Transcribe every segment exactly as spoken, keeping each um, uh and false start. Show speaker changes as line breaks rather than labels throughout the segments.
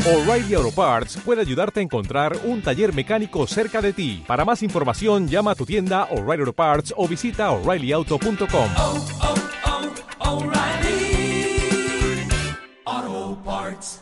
O'Reilly Auto Parts puede ayudarte a encontrar un taller mecánico cerca de ti. Para más información, llama a tu tienda O'Reilly Auto Parts o visita O'Reilly Auto punto com.
Oh, oh, oh, O'Reilly Auto Parts.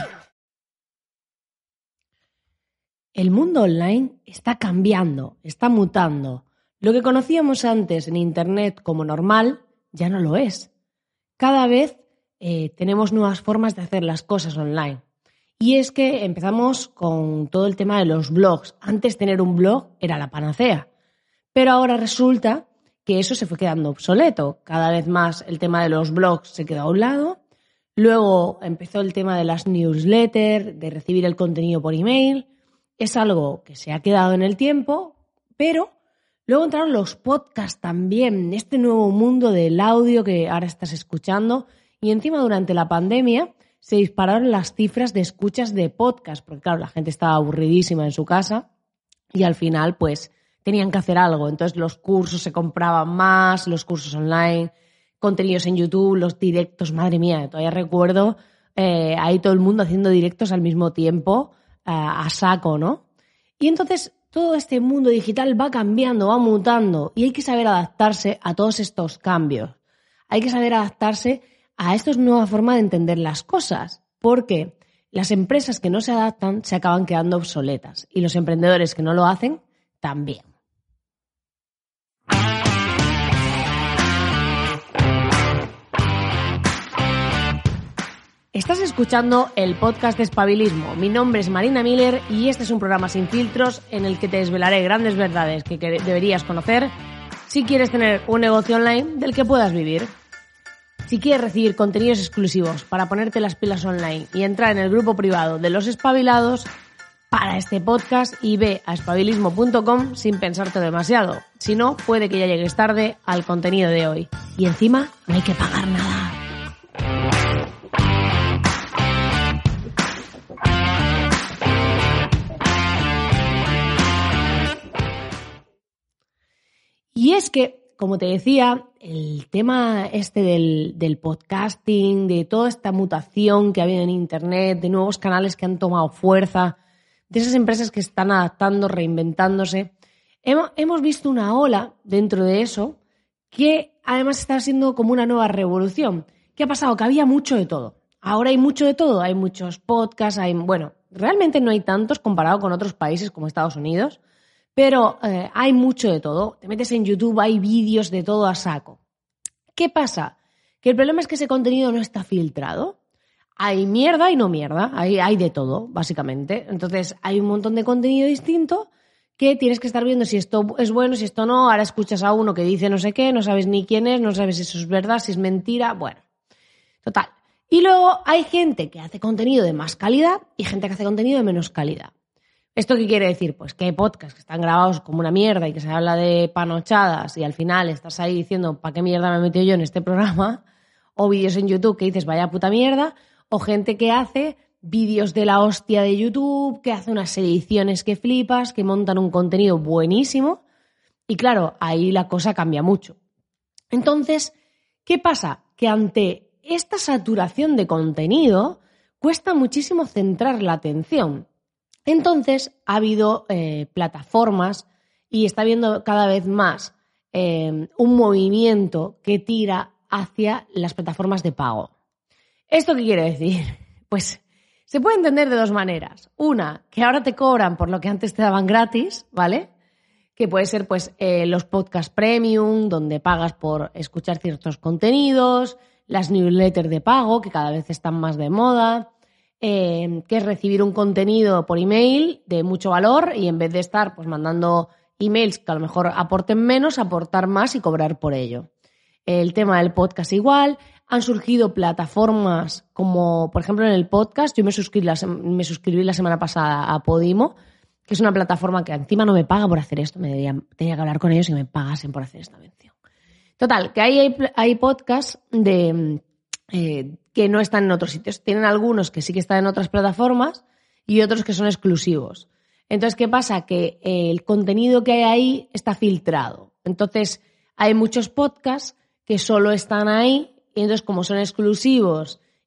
El mundo online está cambiando, está mutando. Lo que conocíamos antes en Internet como normal ya no lo es. Cada vez eh, tenemos nuevas formas de hacer las cosas online. Y es que empezamos con todo el tema de los blogs. Antes tener un blog era la panacea. Pero ahora resulta que eso se fue quedando obsoleto. Cada vez más el tema de los blogs se quedó a un lado. Luego empezó el tema de las newsletters, de recibir el contenido por email. Es algo que se ha quedado en el tiempo, pero luego entraron los podcasts también, este nuevo mundo del audio que ahora estás escuchando. Y encima durante la pandemia se dispararon las cifras de escuchas de podcast, porque claro, la gente estaba aburridísima en su casa y al final pues tenían que hacer algo. Entonces los cursos se compraban más, los cursos online, contenidos en YouTube, los directos, madre mía, todavía recuerdo eh, ahí todo el mundo haciendo directos al mismo tiempo, eh, a saco, ¿no? Y entonces todo este mundo digital va cambiando, va mutando y hay que saber adaptarse a todos estos cambios. Hay que saber adaptarse a esta nueva forma de entender las cosas, porque las empresas que no se adaptan se acaban quedando obsoletas y los emprendedores que no lo hacen también. Estás escuchando el podcast de Espabilismo. Mi nombre es Marina Miller y este es un programa sin filtros en el que te desvelaré grandes verdades que deberías conocer si quieres tener un negocio online del que puedas vivir. Si quieres recibir contenidos exclusivos para ponerte las pilas online y entrar en el grupo privado de los espabilados, para este podcast y ve a espabilismo punto com sin pensarte demasiado. Si no, puede que ya llegues tarde al contenido de hoy. Y encima no hay que pagar nada. Y es que, como te decía, el tema este del, del podcasting, de toda esta mutación que ha habido en Internet, de nuevos canales que han tomado fuerza, de esas empresas que están adaptando, reinventándose, hemos, hemos visto una ola dentro de eso que además está siendo como una nueva revolución. ¿Qué ha pasado? Que había mucho de todo. Ahora hay mucho de todo. Hay muchos podcasts, hay, bueno, realmente no hay tantos comparado con otros países como Estados Unidos, pero eh, hay mucho de todo. Te metes en YouTube, hay vídeos de todo a saco. ¿Qué pasa? Que el problema es que ese contenido no está filtrado. Hay mierda y no mierda. Hay, hay de todo, básicamente. Entonces, hay un montón de contenido distinto que tienes que estar viendo si esto es bueno, si esto no. Ahora escuchas a uno que dice no sé qué, no sabes ni quién es, no sabes si eso es verdad, si es mentira. Bueno, total. Y luego hay gente que hace contenido de más calidad y gente que hace contenido de menos calidad. ¿Esto qué quiere decir? Pues que hay podcasts que están grabados como una mierda y que se habla de panochadas y al final estás ahí diciendo ¿para qué mierda me he metido yo en este programa? O vídeos en YouTube que dices vaya puta mierda, o gente que hace vídeos de la hostia de YouTube, que hace unas ediciones que flipas, que montan un contenido buenísimo y claro, ahí la cosa cambia mucho. Entonces, ¿qué pasa? Que ante esta saturación de contenido cuesta muchísimo centrar la atención. Entonces ha habido eh, plataformas y está habiendo cada vez más eh, un movimiento que tira hacia las plataformas de pago. ¿Esto qué quiere decir? Pues se puede entender de dos maneras. Una, que ahora te cobran por lo que antes te daban gratis, ¿vale? Que puede ser pues eh, los podcasts premium, donde pagas por escuchar ciertos contenidos, las newsletters de pago, que cada vez están más de moda. Eh, que es recibir un contenido por email de mucho valor y en vez de estar pues mandando emails que a lo mejor aporten menos, aportar más y cobrar por ello. El tema del podcast igual. Han surgido plataformas como, por ejemplo, en el podcast, yo me suscribí la, me suscribí la semana pasada a Podimo, que es una plataforma que encima no me paga por hacer esto, me debería, tenía que hablar con ellos y me pagasen por hacer esta mención. Total, que ahí hay, hay podcasts de... Eh, que no están en otros sitios. Tienen algunos que sí que están en otras plataformas y otros que son exclusivos. Entonces, ¿qué pasa? Que el contenido que hay ahí está filtrado. Entonces, hay muchos podcasts que solo están ahí y entonces, como son exclusivos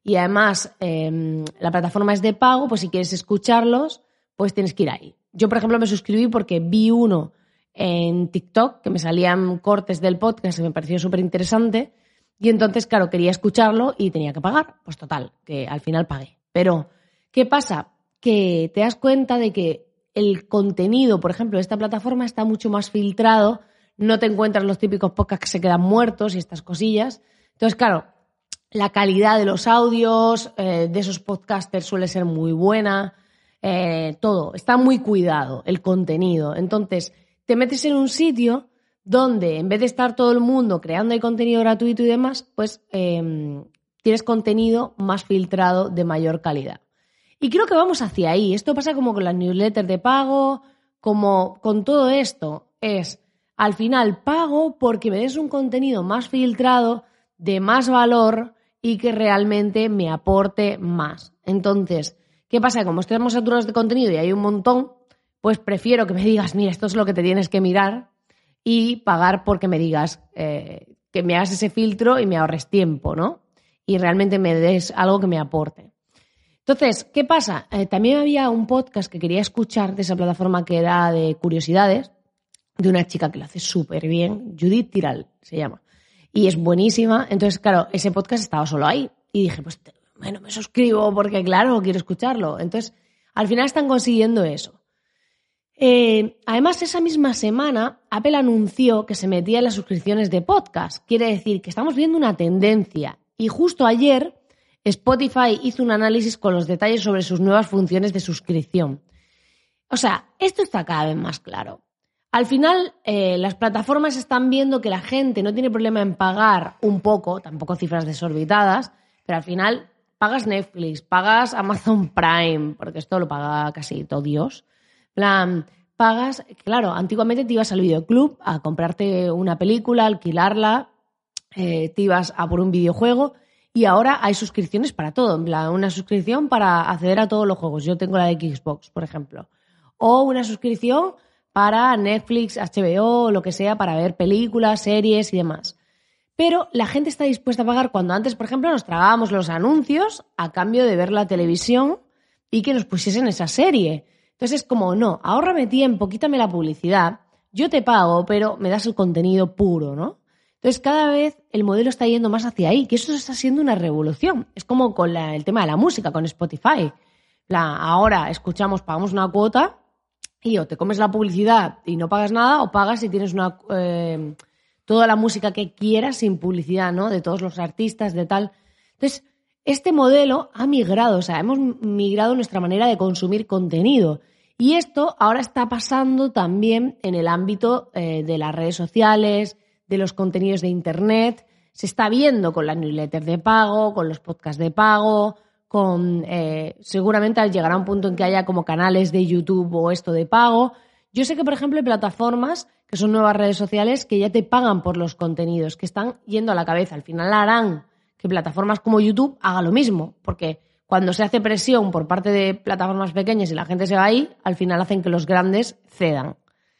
y además eh, la plataforma es de pago, pues si quieres escucharlos, pues tienes que ir ahí. Yo, por ejemplo, me suscribí porque vi uno en TikTok, que me salían cortes del podcast y me pareció súper interesante, y entonces, claro, quería escucharlo y tenía que pagar. Pues total, que al final pagué. Pero, ¿qué pasa? Que te das cuenta de que el contenido, por ejemplo, de esta plataforma está mucho más filtrado, no te encuentras los típicos podcasts que se quedan muertos y estas cosillas. Entonces, claro, la calidad de los audios eh, de esos podcasters suele ser muy buena, eh, todo, está muy cuidado el contenido. Entonces, te metes en un sitio donde en vez de estar todo el mundo creando el contenido gratuito y demás, pues eh, tienes contenido más filtrado de mayor calidad. Y creo que vamos hacia ahí. Esto pasa como con las newsletters de pago, como con todo esto. Es, al final, pago porque me des un contenido más filtrado, de más valor y que realmente me aporte más. Entonces, ¿qué pasa? Como estamos saturados de contenido y hay un montón, pues prefiero que me digas, mira, esto es lo que te tienes que mirar, y pagar porque me digas eh, que me hagas ese filtro y me ahorres tiempo, ¿no? Y realmente me des algo que me aporte. Entonces, ¿qué pasa? Eh, también había un podcast que quería escuchar de esa plataforma que era de curiosidades, de una chica que lo hace súper bien, Judith Tiral se llama, y es buenísima. Entonces, claro, ese podcast estaba solo ahí y dije, pues bueno, me suscribo porque, claro, quiero escucharlo. Entonces, al final están consiguiendo eso. Eh, además, esa misma semana, Apple anunció que se metía en las suscripciones de podcast. Quiere decir que estamos viendo una tendencia. Y justo ayer, Spotify hizo un análisis con los detalles sobre sus nuevas funciones de suscripción. O sea, esto está cada vez más claro. Al final, eh, las plataformas están viendo que la gente no tiene problema en pagar un poco, tampoco cifras desorbitadas, pero al final pagas Netflix, pagas Amazon Prime, porque esto lo paga casi todo Dios. Plan, pagas, claro, antiguamente te ibas al videoclub a comprarte una película, alquilarla, eh, te ibas a por un videojuego y ahora hay suscripciones para todo. En plan, una suscripción para acceder a todos los juegos. Yo tengo la de Xbox, por ejemplo. O una suscripción para Netflix, H B O, lo que sea, para ver películas, series y demás. Pero la gente está dispuesta a pagar cuando antes, por ejemplo, nos tragábamos los anuncios a cambio de ver la televisión y que nos pusiesen esa serie. Entonces es como, no, ahórrame tiempo, quítame la publicidad, yo te pago, pero me das el contenido puro, ¿no? Entonces cada vez el modelo está yendo más hacia ahí, que eso está siendo una revolución. Es como con la, el tema de la música, con Spotify. La, ahora escuchamos, pagamos una cuota y o te comes la publicidad y no pagas nada, o pagas y tienes una eh, toda la música que quieras sin publicidad, ¿no? De todos los artistas, de tal. Entonces, este modelo ha migrado, o sea, hemos migrado nuestra manera de consumir contenido. Y esto ahora está pasando también en el ámbito eh, de las redes sociales, de los contenidos de Internet. Se está viendo con las newsletters de pago, con los podcasts de pago, con eh, seguramente llegará un punto en que haya como canales de YouTube o esto de pago. Yo sé que, por ejemplo, hay plataformas que son nuevas redes sociales que ya te pagan por los contenidos, que están yendo a la cabeza. Al final harán que plataformas como YouTube haga lo mismo, porque cuando se hace presión por parte de plataformas pequeñas y la gente se va ahí, al final hacen que los grandes cedan.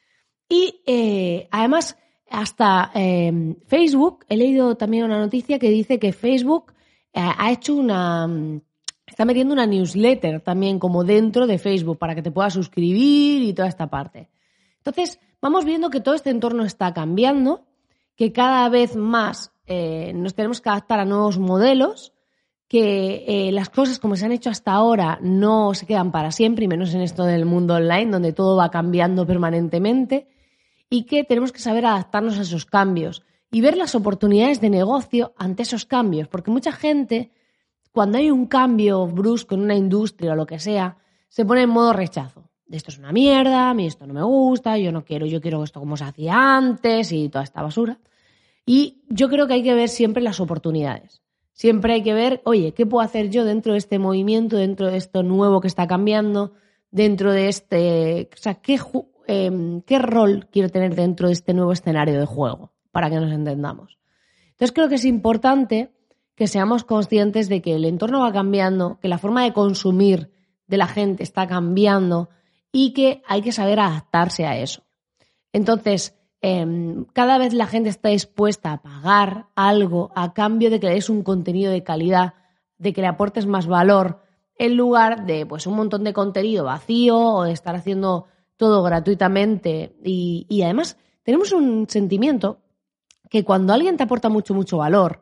Y eh, además, hasta eh, Facebook, he leído también una noticia que dice que Facebook eh, ha hecho una... está metiendo una newsletter también como dentro de Facebook para que te puedas suscribir y toda esta parte. Entonces, vamos viendo que todo este entorno está cambiando, que cada vez más eh, nos tenemos que adaptar a nuevos modelos, que eh, las cosas como se han hecho hasta ahora no se quedan para siempre, y menos en esto del mundo online, donde todo va cambiando permanentemente, y que tenemos que saber adaptarnos a esos cambios y ver las oportunidades de negocio ante esos cambios, porque mucha gente, cuando hay un cambio brusco en una industria o lo que sea, se pone en modo rechazo. Esto es una mierda, a mí esto no me gusta, yo no quiero, yo quiero esto como se hacía antes y toda esta basura. Y yo creo que hay que ver siempre las oportunidades. Siempre hay que ver, oye, ¿qué puedo hacer yo dentro de este movimiento, dentro de esto nuevo que está cambiando, dentro de este... O sea, ¿qué, eh, qué rol quiero tener dentro de este nuevo escenario de juego? Para que nos entendamos. Entonces creo que es importante que seamos conscientes de que el entorno va cambiando, que la forma de consumir de la gente está cambiando y que hay que saber adaptarse a eso. Entonces, eh, cada vez la gente está dispuesta a pagar algo a cambio de que le des un contenido de calidad de que le aportes más valor en lugar de pues un montón de contenido vacío o de estar haciendo todo gratuitamente. Y, y además tenemos un sentimiento que cuando alguien te aporta mucho, mucho valor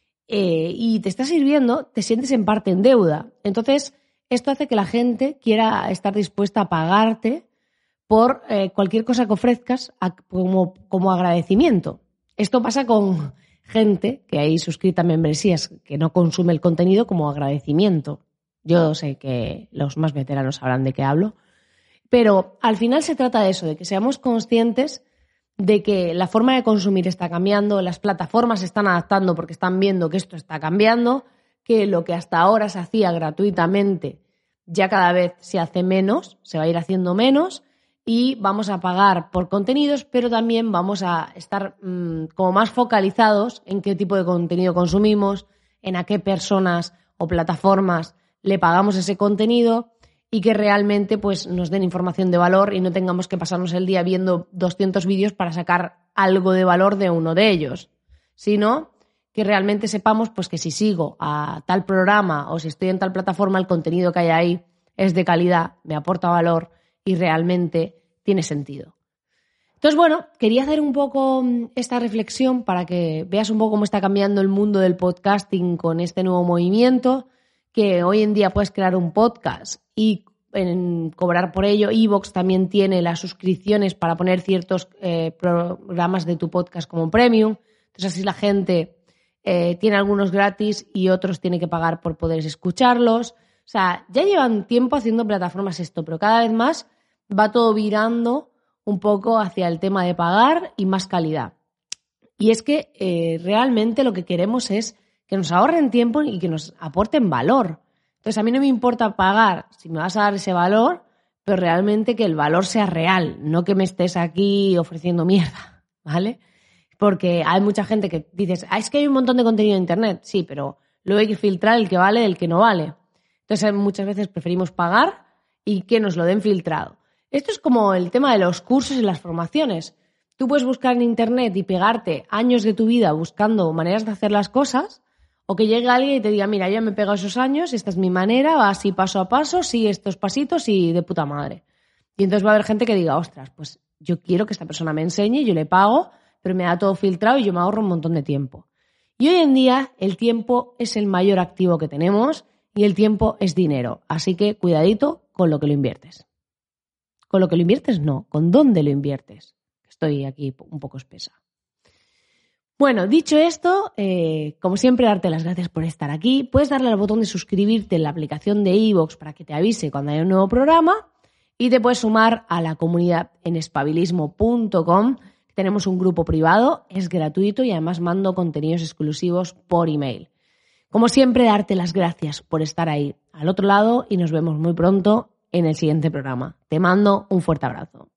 eh, y te está sirviendo, te sientes en parte en deuda. Entonces, esto hace que la gente quiera estar dispuesta a pagarte por eh, cualquier cosa que ofrezcas a, como, como agradecimiento. Esto pasa con gente que hay suscrita a membresías que no consume el contenido como agradecimiento. Yo sé que los más veteranos sabrán de qué hablo, pero al final se trata de eso, de que seamos conscientes de que la forma de consumir está cambiando, las plataformas se están adaptando porque están viendo que esto está cambiando, que lo que hasta ahora se hacía gratuitamente ya cada vez se hace menos, se va a ir haciendo menos y vamos a pagar por contenidos, pero también vamos a estar mmm, como más focalizados en qué tipo de contenido consumimos, en a qué personas o plataformas le pagamos ese contenido y que realmente pues, nos den información de valor y no tengamos que pasarnos el día viendo doscientos vídeos para sacar algo de valor de uno de ellos, sino que realmente sepamos pues, que si sigo a tal programa o si estoy en tal plataforma, el contenido que hay ahí es de calidad, me aporta valor y realmente tiene sentido. Entonces, bueno, quería hacer un poco esta reflexión para que veas un poco cómo está cambiando el mundo del podcasting con este nuevo movimiento, que hoy en día puedes crear un podcast y en cobrar por ello. iVoox también tiene las suscripciones para poner ciertos eh, programas de tu podcast como premium. Entonces, así la gente eh, tiene algunos gratis y otros tiene que pagar por poder escucharlos. O sea, ya llevan tiempo haciendo plataformas esto, pero cada vez más va todo virando un poco hacia el tema de pagar y más calidad. Y es que eh, realmente lo que queremos es que nos ahorren tiempo y que nos aporten valor. Entonces, a mí no me importa pagar si me vas a dar ese valor, pero realmente que el valor sea real, no que me estés aquí ofreciendo mierda, ¿vale? Porque hay mucha gente que dices, ah, es que hay un montón de contenido en Internet. Sí, pero luego hay que filtrar el que vale del que no vale. Entonces, muchas veces preferimos pagar y que nos lo den filtrado. Esto es como el tema de los cursos y las formaciones. Tú puedes buscar en Internet y pegarte años de tu vida buscando maneras de hacer las cosas, o que llegue alguien y te diga, mira, yo me he pegado esos años, esta es mi manera, va así paso a paso, sigue estos pasitos y de puta madre. Y entonces va a haber gente que diga, ostras, pues yo quiero que esta persona me enseñe, yo le pago, pero me da todo filtrado y yo me ahorro un montón de tiempo. Y hoy en día el tiempo es el mayor activo que tenemos y el tiempo es dinero. Así que cuidadito con lo que lo inviertes. Con lo que lo inviertes no, con dónde lo inviertes. Estoy aquí un poco espesa. Bueno, dicho esto, eh, como siempre, darte las gracias por estar aquí. Puedes darle al botón de suscribirte en la aplicación de iVoox para que te avise cuando haya un nuevo programa y te puedes sumar a la comunidad en espabilismo punto com. Tenemos un grupo privado, es gratuito y además mando contenidos exclusivos por email. Como siempre, darte las gracias por estar ahí al otro lado y nos vemos muy pronto en el siguiente programa. Te mando un fuerte abrazo.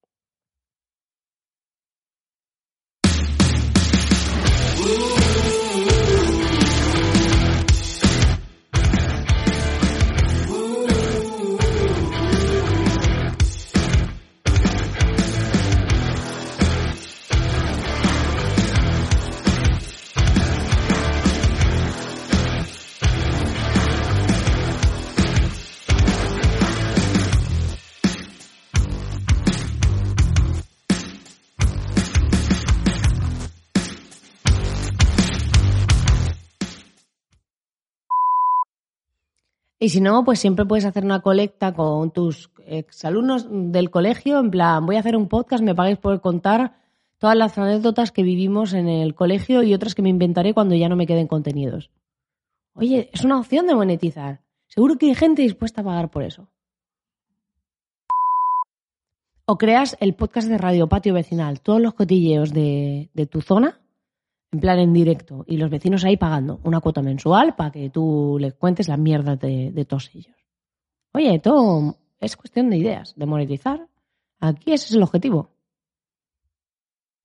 Y si no, pues siempre puedes hacer una colecta con tus exalumnos del colegio, en plan, voy a hacer un podcast, me pagáis por contar todas las anécdotas que vivimos en el colegio y otras que me inventaré cuando ya no me queden contenidos. Oye, es una opción de monetizar. Seguro que hay gente dispuesta a pagar por eso. O creas el podcast de Radio Patio Vecinal, todos los cotilleos de, de tu zona, en plan en directo, y los vecinos ahí pagando una cuota mensual para que tú les cuentes las mierdas de, de todos ellos. Oye, todo es cuestión de ideas, de monetizar. Aquí ese es el objetivo.